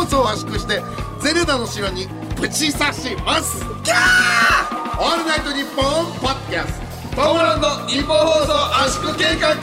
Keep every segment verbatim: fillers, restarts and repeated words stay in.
送を圧縮してゼルダの城にぶち刺します。キャーオールナイトニッポンポッドキャストトムランド日本放送圧縮計画。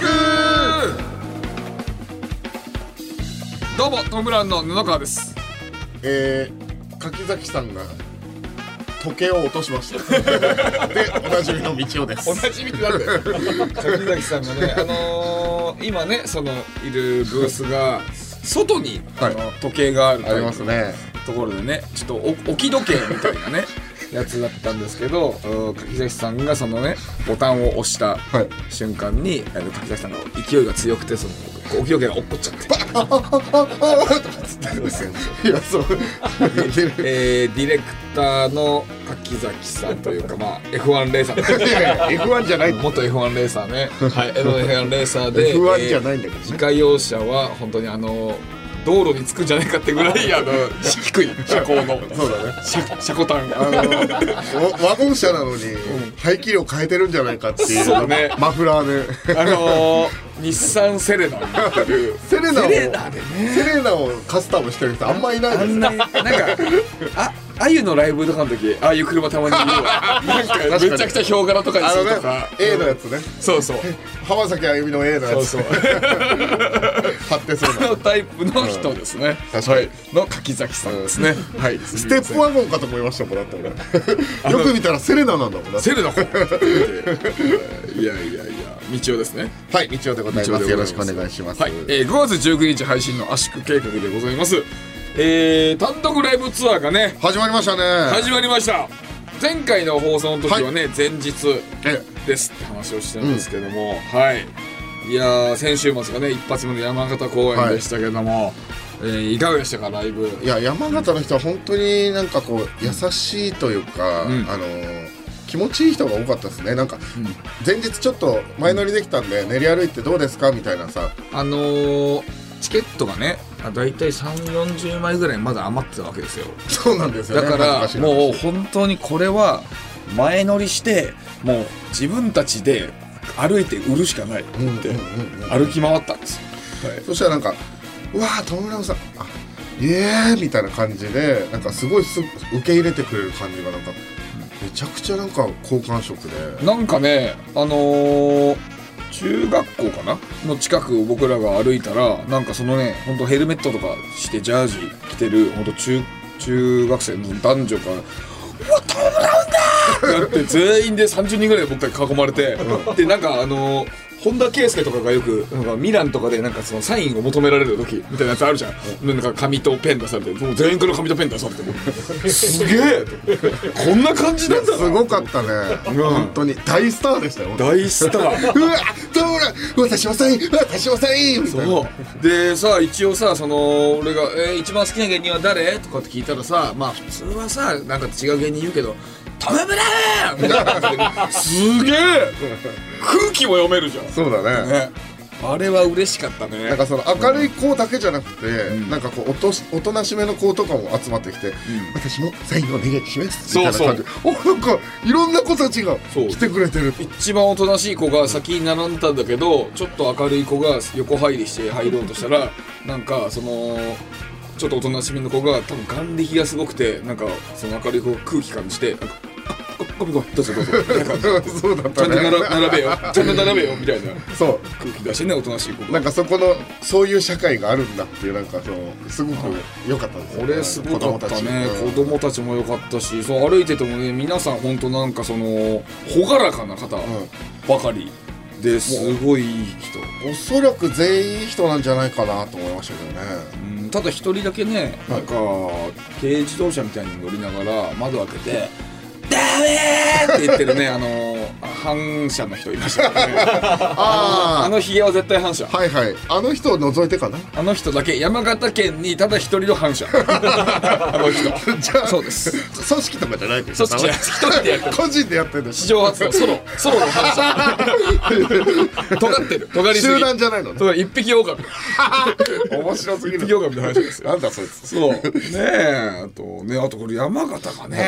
どうもトムランの布川です。 えー、柿崎さんが時計を落としましたでおなじみの道夫です。 おなじみってなんだよ柿崎さんがね、あのー、今ねそのいるブースが外に、はい、あの時計があるありますね。 ところでね、ちょっと置き時計みたいなねやつだったんですけど、柿崎さんがそのねボタンを押した瞬間に、はい、柿崎さんの勢いが強くてその置き時計が落っこっちゃってああああああとかつってるんですよ。いやそうえー、ディレクターの柿崎さんというかまあ エフワン レーサーいやいや エフワン じゃない元 エフワン レーサーねはい エフワン レーサーでエフワン じゃないんだけど、ね、 自家用車は本当にあの道路につくんじゃないかってぐらいあの低い車高のそうだね車車高単あのワゴン車なのに排気量変えてるんじゃないかっていう、 そうね、 マフラーであのー、日産セレナになってるセレナをセレナでねセレナをカスタムしてる人あんまいないですね。 あんななんかああゆのライブとかの時ああいう車たまにいるわなんかめちゃくちゃヒョウ柄とかにするとか、 ね、A のやつね、 そうそう浜崎あゆみの A のやつそうそう貼ってそうなのタイプの人ですね、うん、はい、の柿崎さんですね、うん、はい、 ステップワゴンかと思いましたもんだって俺よく見たらセレナなんだもんな。 セレナいやいやいや道夫ですね。 はい道夫でございます。よろしくお願いします。 はい、えー、ごがつじゅうくにち配信の圧縮計画でございます。えー、単独ライブツアーがね始まりましたね。 始まりました。前回の放送の時はね、はい、前日ですって話をしてるんですけども、うん、はいいやー先週末がね一発目の山形公演でしたけども、はい、えー、いかがでしたかライブ。 いや山形の人は本当になんかこう優しいというか、うん、あのー気持ちいい人が多かったですね。なんか、うん、前日ちょっと前乗りできたんで、うん、練り歩いてどうですかみたいなさ、 あのー、チケットがねだいたいさんじゅう、よんじゅうまいぐらいまだ余ってたわけですよ。 そうなんですよね。 だからもう本当にこれは前乗りしてもう自分たちで歩いて売るしかないって歩き回ったんですよ、はい、 そしたらなんかうわートムランさんあイエーみたいな感じでなんかすごいす受け入れてくれる感じがなんかめちゃくちゃなんか好感触でなんかねあのー、中学校かなの近くを僕らが歩いたらなんかそのねほんとヘルメットとかしてジャージ着てるほんと 中, 中学生の男女がうわトムランだってなって全員でさんじゅうにんぐらいで僕たち囲まれてでなんかあのー本田圭佑とかがよくなんかミランとかでなんかそのサインを求められる時みたいなやつあるじゃん、うん、なんか紙とペン出されてもう全員から紙とペン出されてすげえこんな感じなんだな。 すごかったね、うん、本当に大スターでしたよ。 大スターうわトムラン私はサイン私はサインみたいな。 そうでさ一応さその俺が、えー、一番好きな芸人は誰とかって聞いたらさまあ普通はさなんか違う芸人言うけどトムブラーンみたいな感じですげえ空気も読めるじゃん。 そうだ ね, ねあれは嬉しかったね。 なんかその明るい子だけじゃなくて、うん、なんかこうおとしおとなしめの子とかも集まってきて、うん、私もサインお願いしますみたいな感じでおなんかいろんな子たちが来てくれてる。 一番おとなしい子が先に並んだんだけどちょっと明るい子が横入りして入ろうとしたらなんかそのちょっとおとなしめの子が多分眼力がすごくてなんかその明るい子が空気感じてなんかごめんごめんどうぞどうぞそうだったね。 ちゃんと並べよちゃんと並べよみたいなそう空気出してねおとなしい子なんかそこのそういう社会があるんだっていうなんかそうすごく良かったですよね。 俺すごかったね。子供たちも良かったしそう歩いててもね皆さん本当なんかその朗らかな方ばかりですごいいい人、 うん、おそらく全員いい人なんじゃないかなと思いましたけどね、 うん、ただ一人だけねなんか軽自動車みたいに乗りながら窓開けてダメーって言ってるねあの反射の人いましたからねあ, あのヒゲは絶対反射。 はいはいあの人を除いてかな。 あの人だけ山形県にただ一人の反射あの人じゃあそうです組織とかじゃないけど組織じゃ一人でやってる個人でやってる史上初のソロソロの反射尖ってる尖りすぎ集団じゃないのね。 一匹狼面白すぎる一匹狼の話ですよ。 なんだそいつ。 そうねえあとねあとこれ山形がね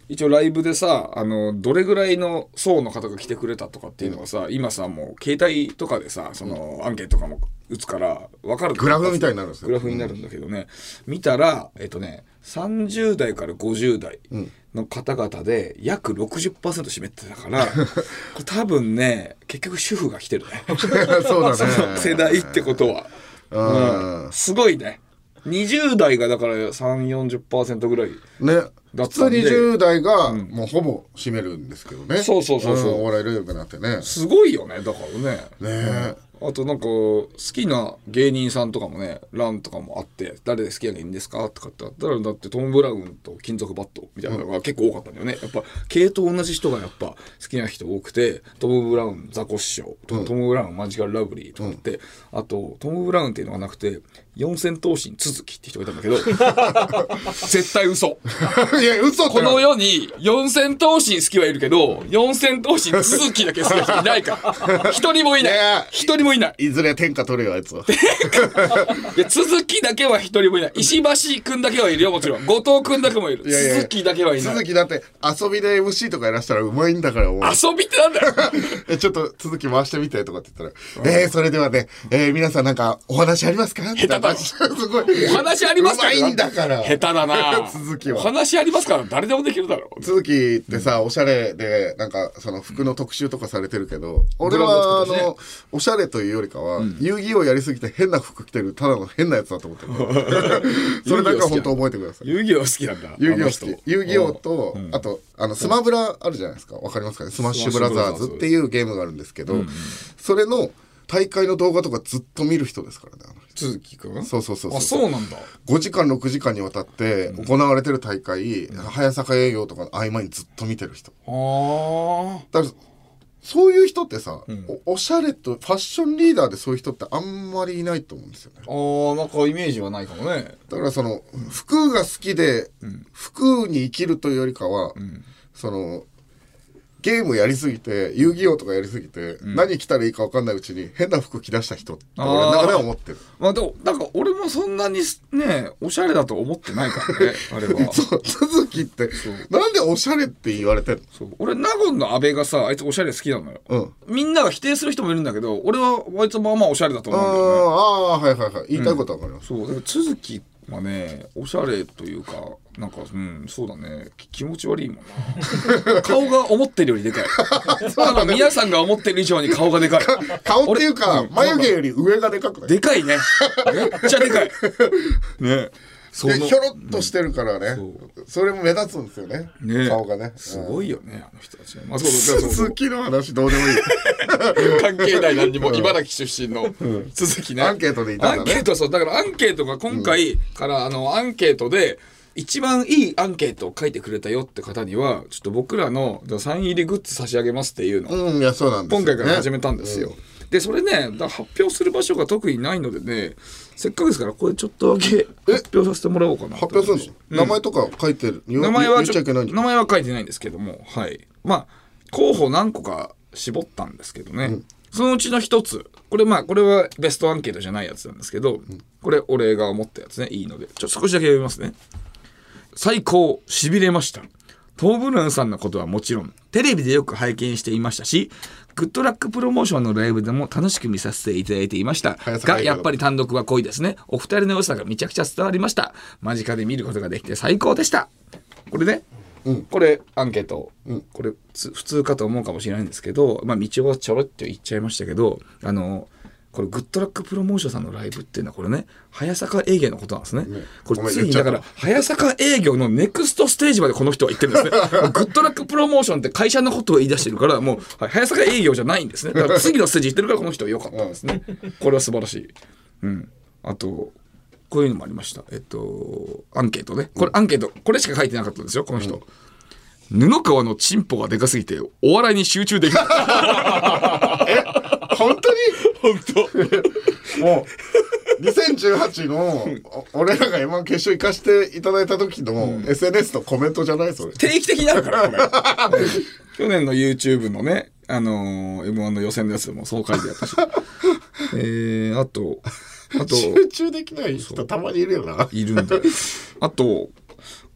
一応ライブでさ、あのどれぐらいの層の方が来てくれたとかっていうのがさ、うん、今さもう携帯とかでさその、うん、アンケートとかも打つから分かる。 グラフみたいになるんですよ。 グラフになるんだけどね、うん、見たらえっとねさんじゅう代からごじゅう代の方々で約 ろくじゅっパーセント 占めてたから、これ多分ね結局主婦が来てるね。 そうだね。 世代ってことは、うん、すごいね。にじゅう代がだからさんじゅう、よんじゅっパーセント ぐらいね。普通にじゅう代がもうほぼ占めるんですけどね、うん、 そうそうそうそう、 うん、お笑いルールになってね、 すごいよね。だからねね、 うん、あとなんか好きな芸人さんとかもねランとかもあって、誰で好きな芸人ですかとかってあったら、だってトム・ブラウンと金属バットみたいなのが結構多かったんだよね。やっぱ系統同じ人がやっぱ好きな人多くて、トム・ブラウンザコシショウ、うん、トム・ブラウンマジカルラブリーとかって、うん、あとトム・ブラウンっていうのがなくて四千頭身続きって人がいたんだけど絶対嘘いや嘘ってこの世に四千頭身好きはいるけど四千頭身続きだけ好きな人いないから一人もいない一人もいない。 いずれ天下取れよあいつは。 いや続きだけは一人もいない。石橋くんだけはいるよもちろん。後藤くんだけもいる。いやいや続きだけはいない。 続きだって遊びで エムシー とかやらしたらうまいんだから。もう遊びってなんだよえちょっと続き回してみてとかって言ったら、うん、えー、それではね、えー、皆さんなんかお話ありますか。 下手だろすごいお話ありますか。 うまいんだから下手だな続きは。 お話ありますから誰でもできるだろう。 続きってさ、うん、おしゃれでなんかその服の特集とかされてるけど、うん、俺はあのおしゃれというよりかは、うん、遊戯王やりすぎて変な服着てるただの変なやつだと思ってるそれだけは本当覚えてください。 遊戯王好きなんだ。 遊戯王好き。遊戯王と、うん、あとあのスマブラあるじゃないですか。わかりますかね。スマッシュブラザーズっていうゲームがあるんですけど、うんうん、それの大会の動画とかずっと見る人ですからね。 鈴木くん。 そうそうそうそう。 あ、そうなんだ。 ごじかんろくじかんにわたって行われてる大会、うん、早坂営業とかの合間にずっと見てる人。 ああ。 だからそういう人ってさ、うん、お, おしゃれとファッションリーダーでそういう人ってあんまりいないと思うんですよね。 ああ、なんかイメージはないかもね。 だからその、うん、服が好きで、うん、服に生きるというよりかは、うん、そのゲームやりすぎて遊戯王とかやりすぎて、うん、何着たらいいか分かんないうちに変な服着出した人って俺の中では思ってる。 まあでもなんか俺もそんなにねおしゃれだと思ってないからねあれは。 そう続きってなんでおしゃれって言われてるの。 そう俺納言の阿部がさあいつおしゃれ好きなのよ、うん、みんなが否定する人もいるんだけど俺はあいつまあまあおしゃれだと思うんだよね。 ああはいはいはい言いたいことは分かります、 うん、そうだから続きはねおしゃれというかなんかうんそうだね気持ち悪いもんな顔が思ってるよりでかいただ皆さんが思ってる以上に顔がでかい顔っていうか眉毛より上がでかくない。 でかいねめっちゃでかいねそのひょろっとしてるからね、うん、そ, それも目立つんですよ ね, ね顔がねすごいよねあの人たち、まあ、 続きの話どうでもいい関係ない何にも、うん、茨城出身の続きね、 アンケートでいたんだね。 アンケートそうだからアンケートが今回からあのアンケートで一番いいアンケートを書いてくれたよって方にはちょっと僕らのサイン入りグッズ差し上げますっていうのを、 うん、いやそうなんですよね、 今回から始めたんですよ、うん、でそれねだ発表する場所が特にないのでねせっかくですからこれちょっとだけ発表させてもらおうかな。 発表するの、うん、名前とか書いてる。 名前はちょ名前は書いてないんですけども、はいまあ候補何個か絞ったんですけどね、うん、そのうちの一つこれまあこれはベストアンケートじゃないやつなんですけど、うん、これ俺が思ったやつねいいのでちょっと少しだけ読みますね。最高しびれました。トム・ブラウンさんのことはもちろんテレビでよく拝見していましたしグッドラックプロモーションのライブでも楽しく見させていただいていましたがやっぱり単独は濃いですね。お二人の良さがめちゃくちゃ伝わりました。間近で見ることができて最高でした。これね、うん、これアンケート、うん、これ普通かと思うかもしれないんですけど、まあ、道をちょろっと言っちゃいましたけどあのこれグッドラックプロモーションさんのライブっていうのはこれね早坂営業のことなんですね、ねこれついにだから早坂営業のネクストステージまでこの人は言ってるんですねグッドラックプロモーションって会社のことを言い出してるからもう、はい、早坂営業じゃないんですね。だから次のステージ言ってるからこの人は良かったんですねこれは素晴らしい、うん、あとこういうのもありました。えっとアンケートねこれアンケートこれしか書いてなかったんですよこの人、うん、布川のチンポがでかすぎてお笑いに集中できないえ本当に本当もうにせんじゅうはちの俺らが エムワン 決勝行かしていただいた時の エスエヌエス のコメントじゃないそれ定期的にあるからこれ去年の YouTube のねあのー、エムワン の予選のやつでもそう書いてあったしえー、あとあと集中できない人たまにいるよないるんだあと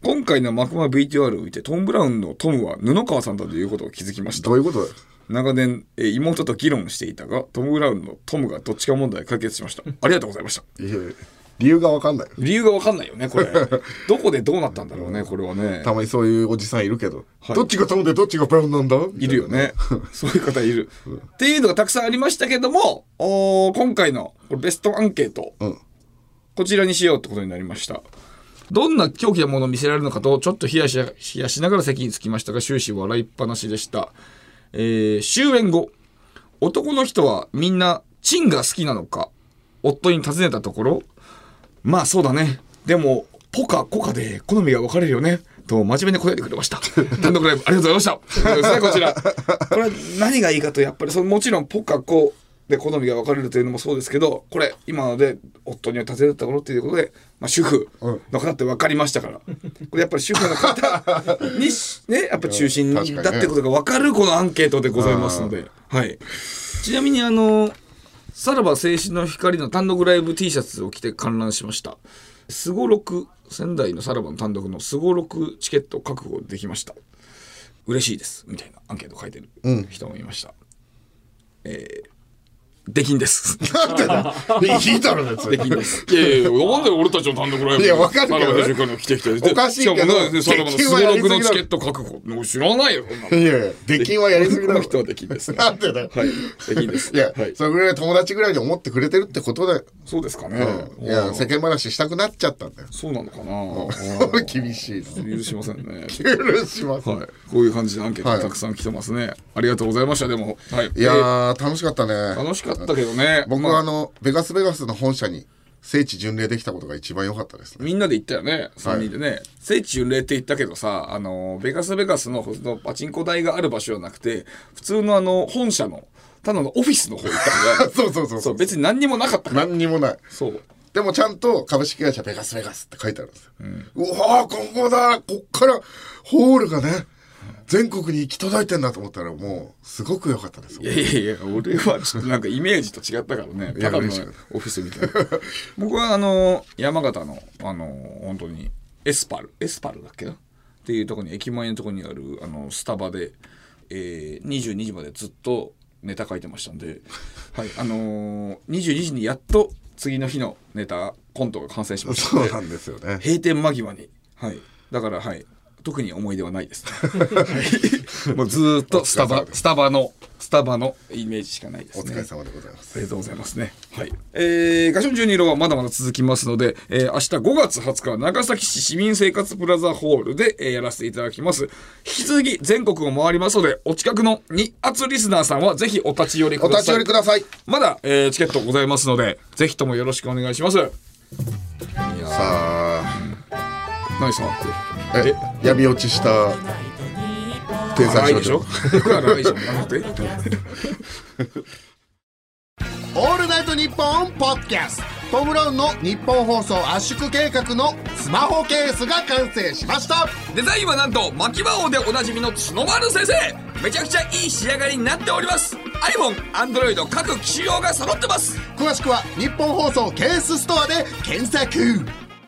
今回のマクマ ブイティーアール を見てトム・ブラウンのトムは布川さんだということを気づきました。 どういうことだよ。 長年、えー妹と議論していたがトム・ブラウンのトムがどっちか問題解決しました。ありがとうございました。 いや理由が分かんない。 理由が分かんないよねこれどこでどうなったんだろうねこれはね。 たまにそういうおじさんいるけど、 はい、どっちがトムでどっちがブラウンなんだいるよねそういう方いる、うん、っていうのがたくさんありましたけども、お今回のベストアンケート、うん、こちらにしようってことになりました。どんな狂気なものを見せられるのかとちょっとヒヤヒヤヒヤしながら席に着きましたが終始笑いっぱなしでした。えー、終演後男の人はみんなチンが好きなのか夫に尋ねたところ、まあそうだね、でもポカコカで好みが分かれるよねと真面目に答えてくれました。単独ライブありがとうございましたそうですねこちらこれ何がいいかとやっぱりそのもちろんポカコで好みが分かれるというのもそうですけど、これ今ので夫には尋ねたところっていうことで、まあ、主婦の方って分かりましたから、これやっぱり主婦の方にねやっぱ中心だってことが分かるこのアンケートでございますので、はい。ちなみにあのさらば青春の光の単独ライブ T シャツを着て観覧しました。すごろく仙台のさらばの単独のすごろくチケット確保できました。嬉しいですみたいなアンケート書いてる人もいました。うん、えーできんです。 なんでだいいだろ別に。 できんです。いやいやいや、なんで俺たちの単独ライブいや、わかるけど、ね。 さらば来てきて。 おかしいけど。 しかもね、さらばのすごろくのチケット確保。知らないよ、そんなの。 いやいや、できんはやりすぎだろ。 この人はできんです、ね。 なんでだよ。 はい。できんです。 いや、 はい、 それぐらい友達ぐらいに思ってくれてるってことだよ。 そうですかね。 うん、いや、世間話したくなっちゃったんだよ。 そうなのかな。 厳しいな。許しませんね。 許しません。 はい。こういう感じでアンケートたくさん来てますね。はい、ありがとうございました。でも、はい。 いやー、楽しかったね。 楽しかったけどね。 僕はあの、ベガスベガスの本社に聖地巡礼できたことが一番良かったですね。 みんなで行ったよね、さんにんでね、はい、聖地巡礼って言ったけどさ、あのベガスベガス の, のパチンコ台がある場所じゃなくて普通のあの本社のただのオフィスの方行ったのがそうそうそうそう別に何にもなかったから。 何にもない。 そうでもちゃんと株式会社ベガスベガスって書いてあるんですよ、うん、うわーここだこっからホールがね全国に行き届いてんだと思ったらもうすごく良かったです。 いやいやいや俺はちょっとなんかイメージと違ったからねただのオフィスみたいな僕はあの山形のあの本当にエスパルエスパルだっけなっていうところに駅前のところにあるあのスタバで、えー、にじゅうにじまでずっとネタ書いてましたんで、はいあのー、にじゅうにじにやっと次の日のネタコントが完成しましたのでそうなんですよね閉店間際に、はい、だからはい特に思い出はないですねもうずっとスタバスタバのスタバのイメージしかないですね。 お疲れ様でございます。 ありがとうございますね。はい。えー、ガションじゅうにろはまだまだ続きますので、えー、明日ごがつはつかは長崎市市民生活プラザホールで、えー、やらせていただきます。引き続き全国を回りますので、お近くのに圧リスナーさんはぜひお立ち寄りください。 お立ち寄りください。 まだ、えー、チケットございますので、ぜひともよろしくお願いします。いやさあ、 うん、何触ってえ闇落ちした天才少女オールナイトニッポンポッドキャストトム・ブラウンの日本放送圧縮計画のスマホケースが完成しました。 デザインはなんと牧場王でおなじみの角丸先生。めちゃくちゃいい仕上がりになっております。 iPhone、Android 各機種用が揃ってます。 詳しくは日本放送ケースストアで検索。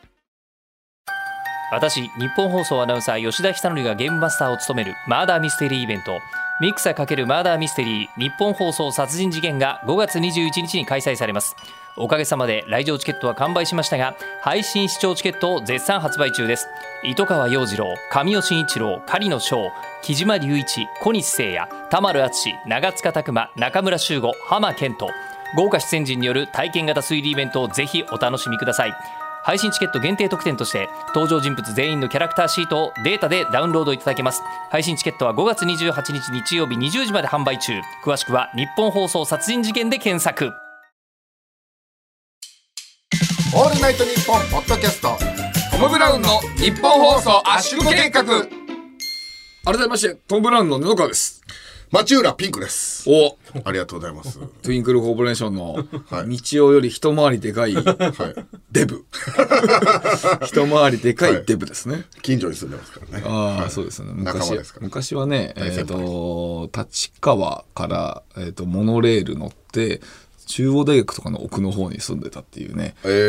私、日本放送アナウンサー吉田久典がゲームマスターを務めるマーダーミステリーイベントミクサ×マーダーミステリー日本放送殺人事件がごがつにじゅういちにちに開催されます。おかげさまで来場チケットは完売しましたが配信視聴チケットを絶賛発売中です。糸川陽次郎、神尾慎一郎、狩野翔、木島隆一、小西誠也、田丸淳、長塚拓磨、中村修吾、浜健人、豪華出演陣による体験型推理イベントをぜひお楽しみください。配信チケット限定特典として登場人物全員のキャラクターシートをデータでダウンロードいただけます。配信チケットはごがつにじゅうはちにち日曜日にじゅうじまで販売中。詳しくは日本放送殺人事件で検索。 オールナイトニッポンポッドキャストトム・ブラウンの日本放送圧縮計画。改めましてトム・ブラウンの布川です。 町浦ピンクです。 おありがとうございます。 トゥインクルコーポレーションの道夫より一回りでかいデブ、はい、一回りでかいデブですね、はい、 近所に住んでますからね。 ああ、 はい、 そうですね。 昔は昔はね、えー、と立川から、えー、とモノレール乗って中央大学とかの奥の方に住んでたっていうね、 えー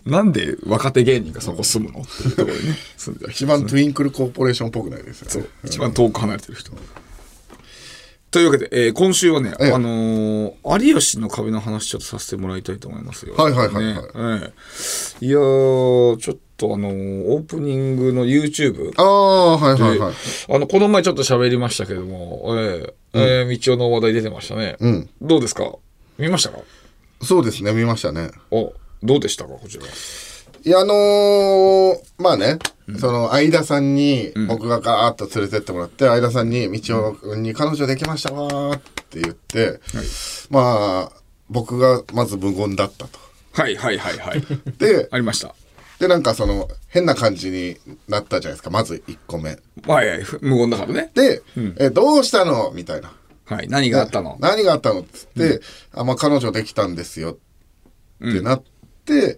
なんで若手芸人がそこ住むのっていうところにね住んでる一番トゥインクルコーポレーションっぽくないですよね。 そう一番遠く離れてる人、というわけで、えー、今週はね、 ええあのー、有吉の壁の話ちょっとさせてもらいたいと思いますよ。 はいはいはいはいねええいやーちょっとあのー、オープニングの YouTube ああはいはいはい。 あのこの前ちょっと喋りましたけども、えーえー、道夫の話題出てましたね、 うん、 どうですか、見ましたか。 そうですね、見ましたね。 おどうでしたかこちら。 いやあのー、まあね、うん、その相田さんに僕がガーッと連れてってもらって、うん、相田さんに道夫君に彼女できましたわーって言って、はい、まあ僕がまず無言だったと。 はいはいはいはいでありました。 でなんかその変な感じになったじゃないですか、まずいっこめ。 はいはい無言だからね。 で、うん、えどうしたのみたいな。 はい、何があったの何があったのっつって、うん、あまあ彼女できたんですよってなって、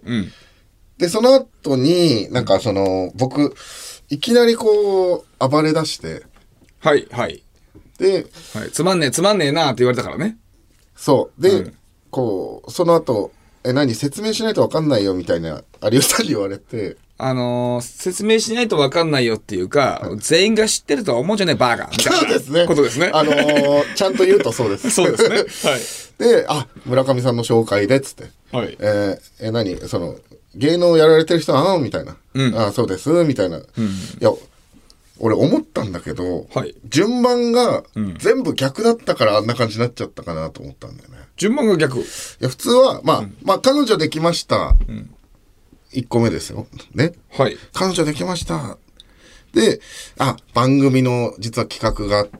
うんうんで、その後に、なんかその、僕、いきなりこう、暴れ出して。 はい、はい。 で、 はい、つまんねえ、つまんねえなって言われたからね。 そう。で、うん、こう、その後、え、何説明しないと分かんないよみたいな、有吉さんに言われて。 あのー、説明しないと分かんないよっていうか、はい、全員が知ってるとは思うじゃねえ、バーガーみたいな。 そうですね。 ことですね。 あのー、ちゃんと言うとそうです。 そうですね。はい。 で、あ、村上さんの紹介で、つって。はい。えー、え、何その、芸能やられてる人はあみたいな、うん、あそうですみたいな、うん、いや俺思ったんだけど、はい、順番が全部逆だったからあんな感じになっちゃったかなと思ったんだよね。 順番が逆。いや普通はまあ、うん、まあ彼女できました、うん、いっこめですよね、はい、彼女できましたで、あ番組の実は企画があって、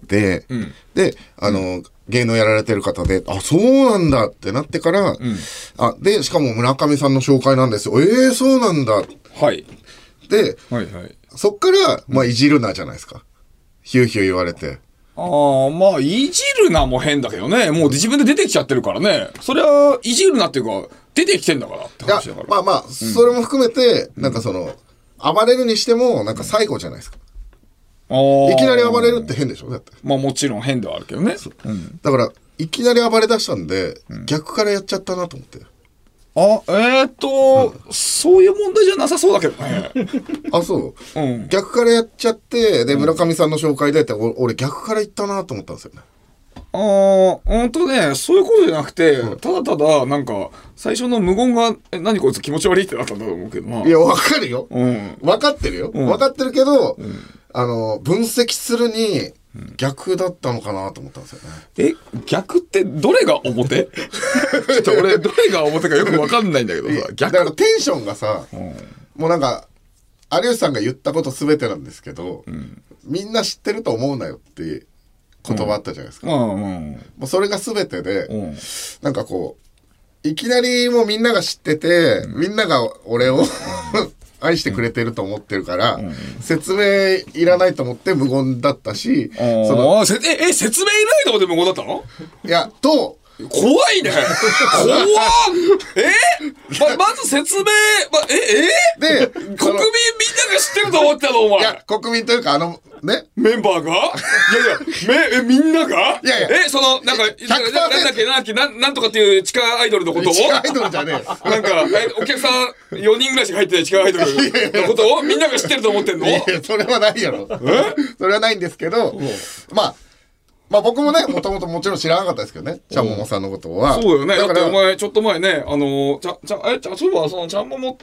うん、であの、うん芸能やられてる方で、あ、そうなんだってなってから、うん、あ、で、しかも村上さんの紹介なんですよ。ええー、そうなんだ。はい。で、はいはい、そっから、まあ、いじるなじゃないですか。ヒューヒュー言われて。 ああ、まあ、いじるなも変だけどね。もう自分で出てきちゃってるからね。それは、いじるなっていうか、出てきてんだからって話だから。 いや、まあまあ、うん、それも含めて、なんかその、暴れるにしても、なんか最後じゃないですか。いきなり暴れるって変でしょだって。 まあもちろん変ではあるけどね。 うん、だからいきなり暴れ出したんで、うん、逆からやっちゃったなと思って。 あえー、っと、うん、そういう問題じゃなさそうだけどね。 あそう、うん、逆からやっちゃってで村上さんの紹介でって、うん、俺逆から言ったなと思ったんですよね。 ああほんとねそういうことじゃなくて、うん、ただただなんか最初の無言がえ何こいつ気持ち悪いってなったんだと思うけどな。 いや分かるよ、うん、分かってるよ、うん、分かってるけど、うん、あの分析するに逆だったのかなと思ったんですよね。 え逆ってどれが表ちょっと俺どれが表かよく分かんないんだけどさ逆だからテンションがさ、うん、もうなんか有吉さんが言ったこと全てなんですけど、うん、みんな知ってると思うなよって言葉あったじゃないですか、うんうんうん、もうそれが全てで、うん、なんかこういきなりもうみんなが知ってて、うん、みんなが俺を愛してくれてると思ってるから、うん、説明いらないと思って無言だったし、そのええ説明いらないと思って無言だったの？ いやと怖いね怖っえ、ま、まず説明、ま、ええで国民みんなが知ってると思ってたのお前。いや国民というかあのねメンバーがいやいやめえみんながいやいやえそのなんかなんだっけなんだっけなんなんとかっていう地下アイドルのことを地下アイドルじゃねえなんかえお客さんよにんぐらいしか入ってない地下アイドルのことをみんなが知ってると思ってんの？いやそれはないやろえそれはないんですけどまあまあ僕もね、もともともちろん知らなかったですけどね、ちゃんももさんのことは。 そうよね。だってお前、ちょっと前ね、あの、ちゃ、ちゃ、え、ちゃ、そういえば、その、ちゃんももって、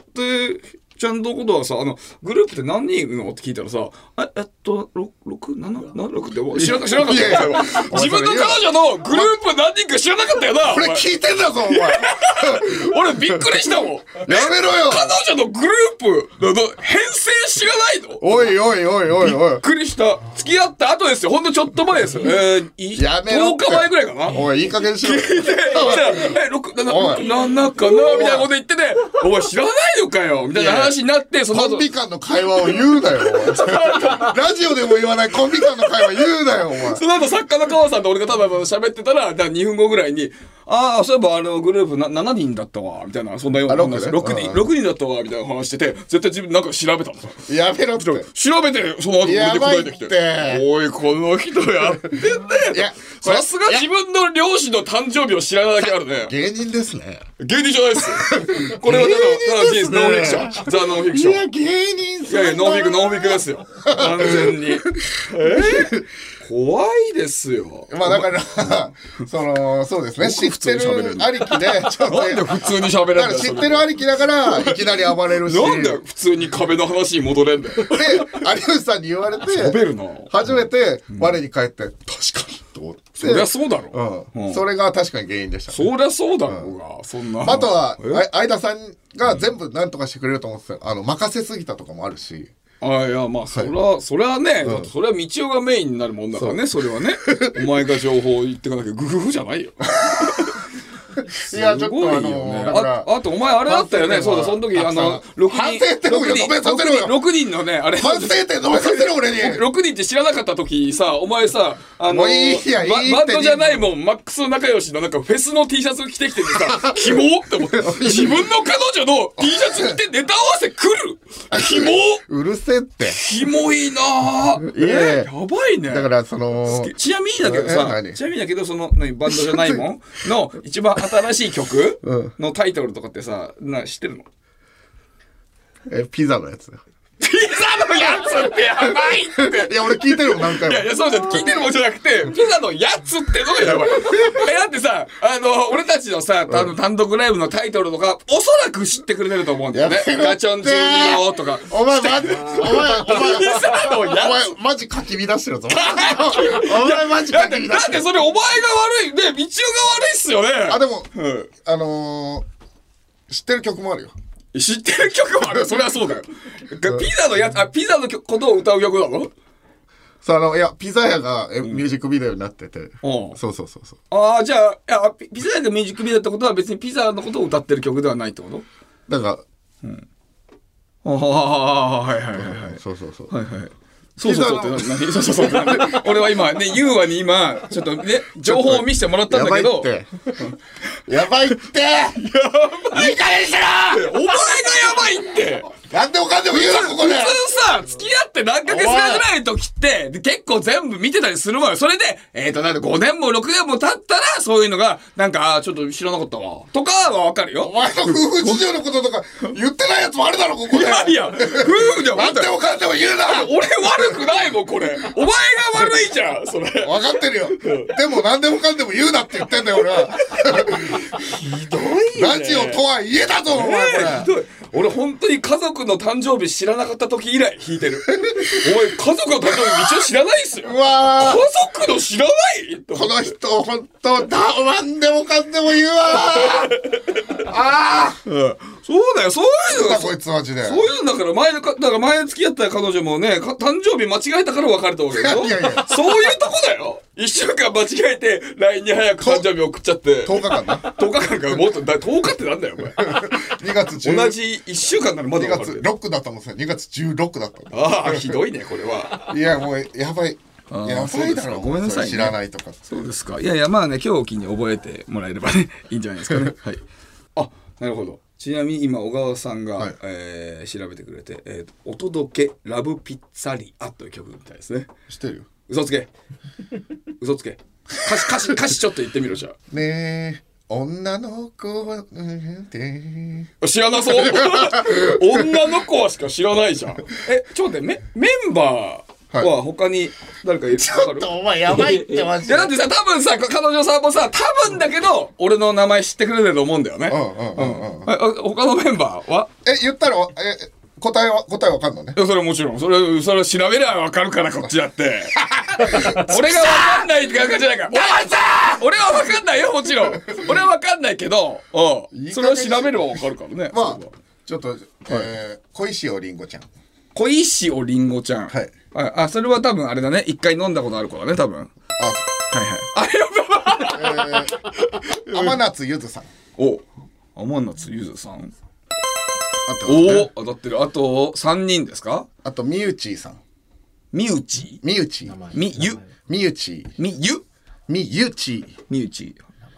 ちゃんのことはさ、あの、グループって何人いるのって聞いたらさ、え、えっと、ろく、なな、なな、ろくって知らなかったよ。自分の彼女のグループ何人か知らなかったよな。 俺聞いてんだぞ、お前。 俺びっくりしたもん。やめろよ。 彼女のグループの編成知らないの？ おいおいおいおいおい。 びっくりした。付き合った後ですよ。ほんとちょっと前ですよ。えー、 やめろ。 とおかまえぐらいかな。 おい、いい加減にしろ。 聞いて、え、ろく、なな、ななかなみたいなこと言ってて、お前知らないのかよみたいな話になって、そのコンビ間の会話を言うなよ、ラジオでも言わないコンビ間の会話言うなよ、お前。 その後、作家の川さんと俺がただ喋ってたら、にふんごぐらいに、 ああそういえばあのグループなななにんだったわみたいなそんなような話ろくにんろくにんだったわみたいな話してて絶対自分なんか調べたのさやめろって調べてその後俺で答えてきてやばいっておいこの人やってんねいやさすが自分の両親の誕生日を知らないだけあるね芸人ですね芸人じゃないっすこれはただただ事実ノンフィクションザ・ノンフィクションいや芸人いやいやノンフィクノンフィクですよ完全にえー怖いですよ。 まあだからそのそうですね知ってるありきでちょっとなんで普通に喋れるんだよ。 知ってるありきだからいきなり暴れるしなんで普通に壁の話に戻れんだよ。 で有吉さんに言われて喋るな初めて我に返って確かにと思ってそりゃそうだろ、 うんうん、それが確かに原因でした、ね、 そりゃそうだろうが、うん、そんなあとは相田さんが全部何とかしてくれると思ってたあの任せすぎたとかもあるしあいやまあそれは、はい、それはね、うん、それは道夫がメインになるもんだからね そ, それはねお前が情報を言ってかなきゃグフフじゃないよいやちょっとあのー、 あ, あとお前あれだったよねそうだその時あのろくにん反省点を述べさせろよろくにんのねあれ反省点述べさせろ俺にろくにんって知らなかった時さお前さあのいいやいいバンドじゃないもんマックス仲良しのなんかフェスの T シャツ着てきててさキモって思って自分の彼女の T シャツ着てネタ合わせ来るキモうるせえってキモいなぁえー、やばいねだからそのちなみにだけどさちなみにだけどその何バンドじゃないもんの一番新しい曲のタイトルとかってさな知ってるのえピザのやつピザのやつってやばいっていや俺聞いてるもん何回もいやいやそうじゃん聞いてるもんじゃなくてピザのやつってのがやばいえだってさあの俺たちのさ、うん、あの単独ライブのタイトルとかおそらく知ってくれてると思うんだよねガチョンじゅうに号とかお前マジお前お前ピザのやつお前マジかき乱してるぞお前マジかき乱してるだってそれお前が悪いね道夫が悪いっすよねあでも、うん、あのー、知ってる曲もあるよ知ってる曲もあるそれはそうだよピザのやつあピザのことを歌う曲なのそうあのいやピザ屋がえ、うん、ミュージックビデオになってて、うん、そうそうそうそうああじゃあいやピザ屋がミュージックビデオってことは別にピザのことを歌ってる曲ではないってことだからうんああはいはいはいはいそうそうそうはいはいそうそうそうって何そうそうそうって俺は今ねユーワに今ちょっとね情報を見せてもらったんだけどやばいってやばいっていい加減にしろお前がやばいってなんでもかんでも言うなここで普通さ付き合って何ヶ月ぐらいの時って結構全部見てたりするわよそれでえっとなんでごねんもろくねんも経ったらそういうのがなんかちょっと知らなかったわとかはわかるよお前の夫婦事情のこととか言ってないやつもあるだろここでいやいや夫婦ではなんでもかんでも言うな俺悪くないもんこれお前が悪いじゃんそれ分かってるよでも何でもかんでも言うなって言ってんだよ俺はひどいねラジオとはいえだぞお前これ、 ひどい俺本当に家族の誕生日知らなかった時以来引いてるお前家族の誕生日道を知らないっすようわ家族の知らないこの人本当だ何でもかんでも言うわああ、 うん、そうだよそういうのこいつマジでそういうのだから前のかだから前付き合った彼女もね誕生日間違えたから別れたわけでしょいやいやそういうとこだよいっしゅうかん間違えて ライン に早く誕生日送っちゃってとおかかんなとおかかんかもっとだとおかってなんだよお前にがつじゅう同じいっしゅうかんならまだ分かるにがつろくだったもんさにがつじゅうろくだったああひどいねこれはいやもうやばいやばいだろごめんなさい、ね、 知らないとかそうですかいやいやまあね今日を機に覚えてもらえればねいいんじゃないですかねはいあなるほどちなみに今小川さんが、はいえー、調べてくれて、えー、お届けラブピッツァリアという曲みたいですね知ってるよ嘘つけ嘘つけ歌詞歌詞歌詞ちょっと言ってみろじゃあねえ女の子はって知らなそう女の子はしか知らないじゃんえちょっと待ってメメンバーは他に誰かいるちょっとお前やばいってマジでいやだってさ多分さ彼女さんもさ多分だけど俺の名前知ってくれてると思うんだよね他のメンバーはえ言ったらえ答えは答えわかんのねいやそれはもちろんそれそれ調べればわかるからこっちだって俺がわかんないって感じじゃないから俺はわかんないよもちろん俺はわかんないけどうんそれは調べればわかるからねまあちょっと、えー、小石尾りんごちゃん小石尾りんごちゃんはいあそれは多分あれだね一回飲んだことある子だね多分あはいはいあれの天夏ゆずさんお天夏ゆずさんあと、ね、 お当たってるあとさんにんですかあとみゆちさんみゆちみゆちみゆみゆちみゆみゆちみゆちみゆち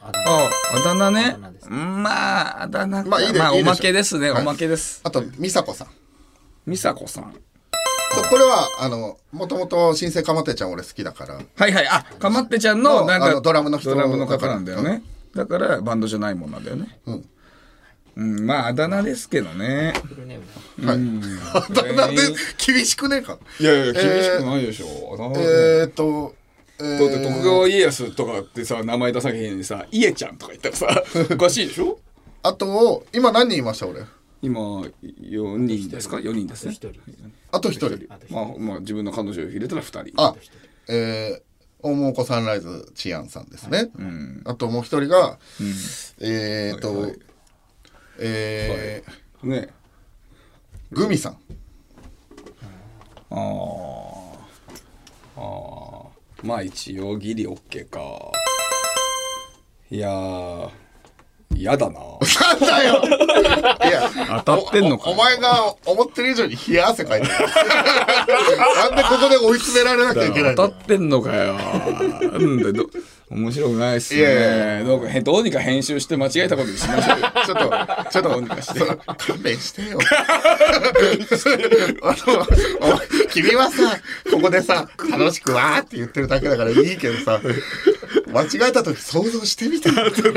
あだああだ名ねあだ名です。 うんまああだ名かまあいいでまあおいいでしょまけですね、 はいおまけです。 あと美佐子さん。 美佐子さん。 そうこれはあのもともと新生かまってちゃん俺好きだから。 はいはい、あかまってちゃんのなんかあのドラムの人ドラムの方なんだよね。だからバンドじゃないもんなんだよね。 うん。 うん、まああだ名ですけどね。 フルネームだ。 はい。あだ名で厳しくねえか。 いやいや厳しくないでしょ。あだ名えーっと。えーだって徳川家康とかってさ名前出さへんにさ家ちゃんとか言ったらさおかしいでしょ。 あと今何人いました俺。 今よにんですか、よにんですね。 あとひとり。 まあまあ自分の彼女を入れたらふたり。 あ、えー、大桃子サンライズチアンさんですね。 うんあともう一人が、 うん、 えーっと、 はいはい、 えー、 ねグミさん。 あーあーまあ一応ギリオッケーか。いやーやだな。 なんだよ。いや当たってんのかおお前が思ってる以上に冷や汗かいてる。なんでここで追い詰められなきゃいけないの。 当たってんのかよ。なんでど面白くないっすね。 いやいやいやどうかへどうにか編集して間違えたことにしましょうよ。 ちょっと、ちょっと、 どうにかしてその勘弁してよ。あの、お前君はさ、ここでさ、楽しくわーって言ってるだけだからいいけどさ、間違えた時想像してみて。 え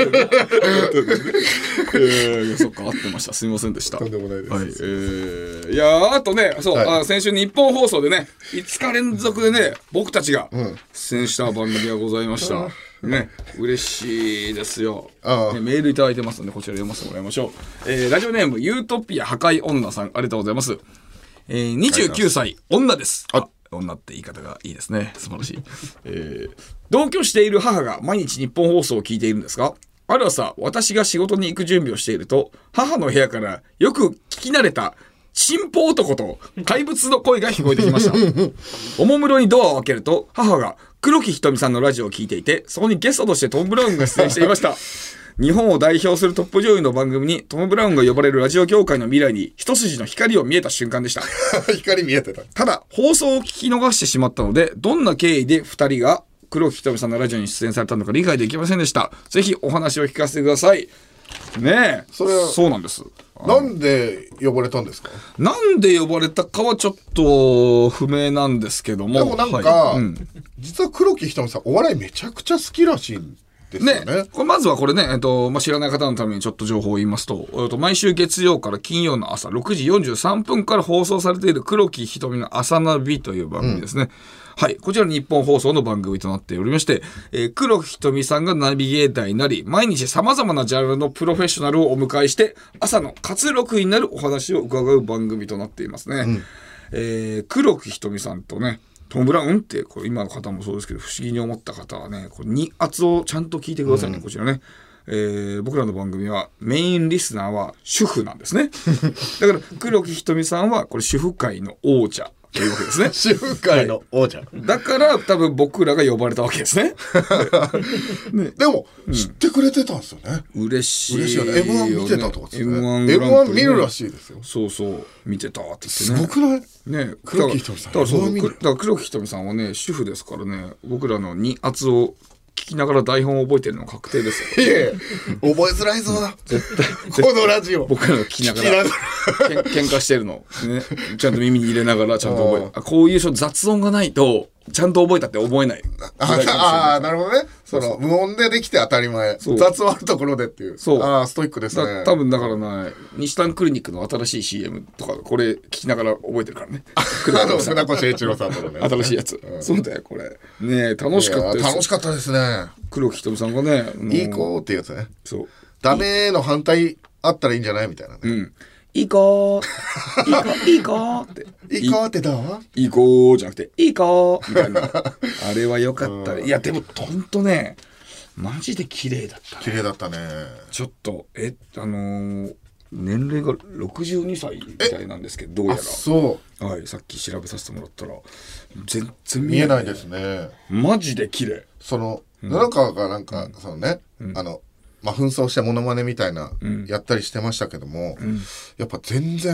ー、そっか合ってました。すみませんでした。 とんでもないです。 はい、えー、いやあとね、そう、 はい、 あ先週日本放送でね、いつか連続でね、僕たちがうん出演した番組がございました。ね、嬉しいですよ、 ああね。メールいただいてますので、こちら読ませてもらいましょう。えー、ラジオネーム、ユートピア破壊女さん、ありがとうございます。えー、にじゅうきゅうさい、女です。あ、女って言い方がいいですね。素晴らしい。えー、同居している母が毎日日本放送を聞いているんですが、ある朝、私が仕事に行く準備をしていると、母の部屋からよく聞き慣れたチンポ男と怪物の声が聞こえてきました。おもむろにドアを開けると、母が黒木ひとみさんのラジオを聞いていて、そこにゲストとしてトム・ブラウンが出演していました。日本を代表するトップ女優の番組にトム・ブラウンが呼ばれるラジオ業界の未来に一筋の光を見えた瞬間でした。 光見えてた。 ただ、放送を聞き逃してしまったので、どんな経緯でふたりが黒木ひとみさんのラジオに出演されたのか理解できませんでした。ぜひお話を聞かせてください。ねえ、 それはそうなんです。 なんで呼ばれたんですか。 なんで呼ばれたかはちょっと不明なんですけども。 でもなんか、 はいうん、 実は黒木ひとみさんお笑いめちゃくちゃ好きらしいんですよね。 ね、これまずはこれね、えっとまあ、知らない方のためにちょっと情報を言いますと、えっと毎週月曜から金曜の朝ろくじよんじゅうさんぷんから放送されている黒木ひとみの朝ナビという番組ですね。うんはい。こちら日本放送の番組となっておりまして、えー、黒木ひとみさんがナビゲーターになり、毎日様々なジャンルのプロフェッショナルをお迎えして、朝の活力になるお話を伺う番組となっていますね。うんえー、黒木ひとみさんとね、トム・ブラウンってこれ今の方もそうですけど、不思議に思った方はね、これに圧をちゃんと聞いてくださいね、うん、こちらね。えー、僕らの番組はメインリスナーは主婦なんですね。だから黒木ひとみさんはこれ主婦界の王者。というわけですね。 主婦界の王者、はい、 だから多分僕らが呼ばれたわけですね。 ねでも、うん、知ってくれてたんですよね。 嬉しい嬉しいよね。エムワン 見てたとかですね。エムワンね、 エムワン 見るらしいですよ。 そうそう見てたって言ってね。 すごくない？ ね黒木ひとみさん。 だからそうだから黒木ひとみさんはね主婦ですからね、僕らのに圧を聞きながら台本を覚えてるのは確定ですよ。 いやいや覚えづらいぞ。絶対このラジオ僕らの聞きながらけん喧嘩してるの、ね、ちゃんと耳に入れながらちゃんと覚えあこういう雑音がないとちゃんと覚えたって覚えない。 ああなるほどね。その無音でできて当たり前。雑音あるところでっていう。 そうああストイックですね。 多分だからな西丹クリニックの新しい シーエム とかこれ聞きながら覚えてるからね。 あの船越英一郎さんとのね新しいやつ、うん、そうだよこれねえ楽しかったです。 楽しかったですね。 黒木ひとみさんがねいい子っていうやつね。 そうダメの反対あったらいいんじゃないみたいなね。 うんいい子いい子いい子っていい子ってどういい子じゃなくていい子みたいなあれは良かったね。いやでもほんとねマジで綺麗だったね。 綺麗だったね。 ちょっとえあのー、年齢がろくじゅうにさいみたいなんですけどどうやらそう、 はい、さっき調べさせてもらったら全然見えないですね。 マジで綺麗。 その布川がなんか、うん、そのね、うん、あのまあ、紛争してモノマネみたいな、うん、やったりしてましたけども、うん、やっぱ全然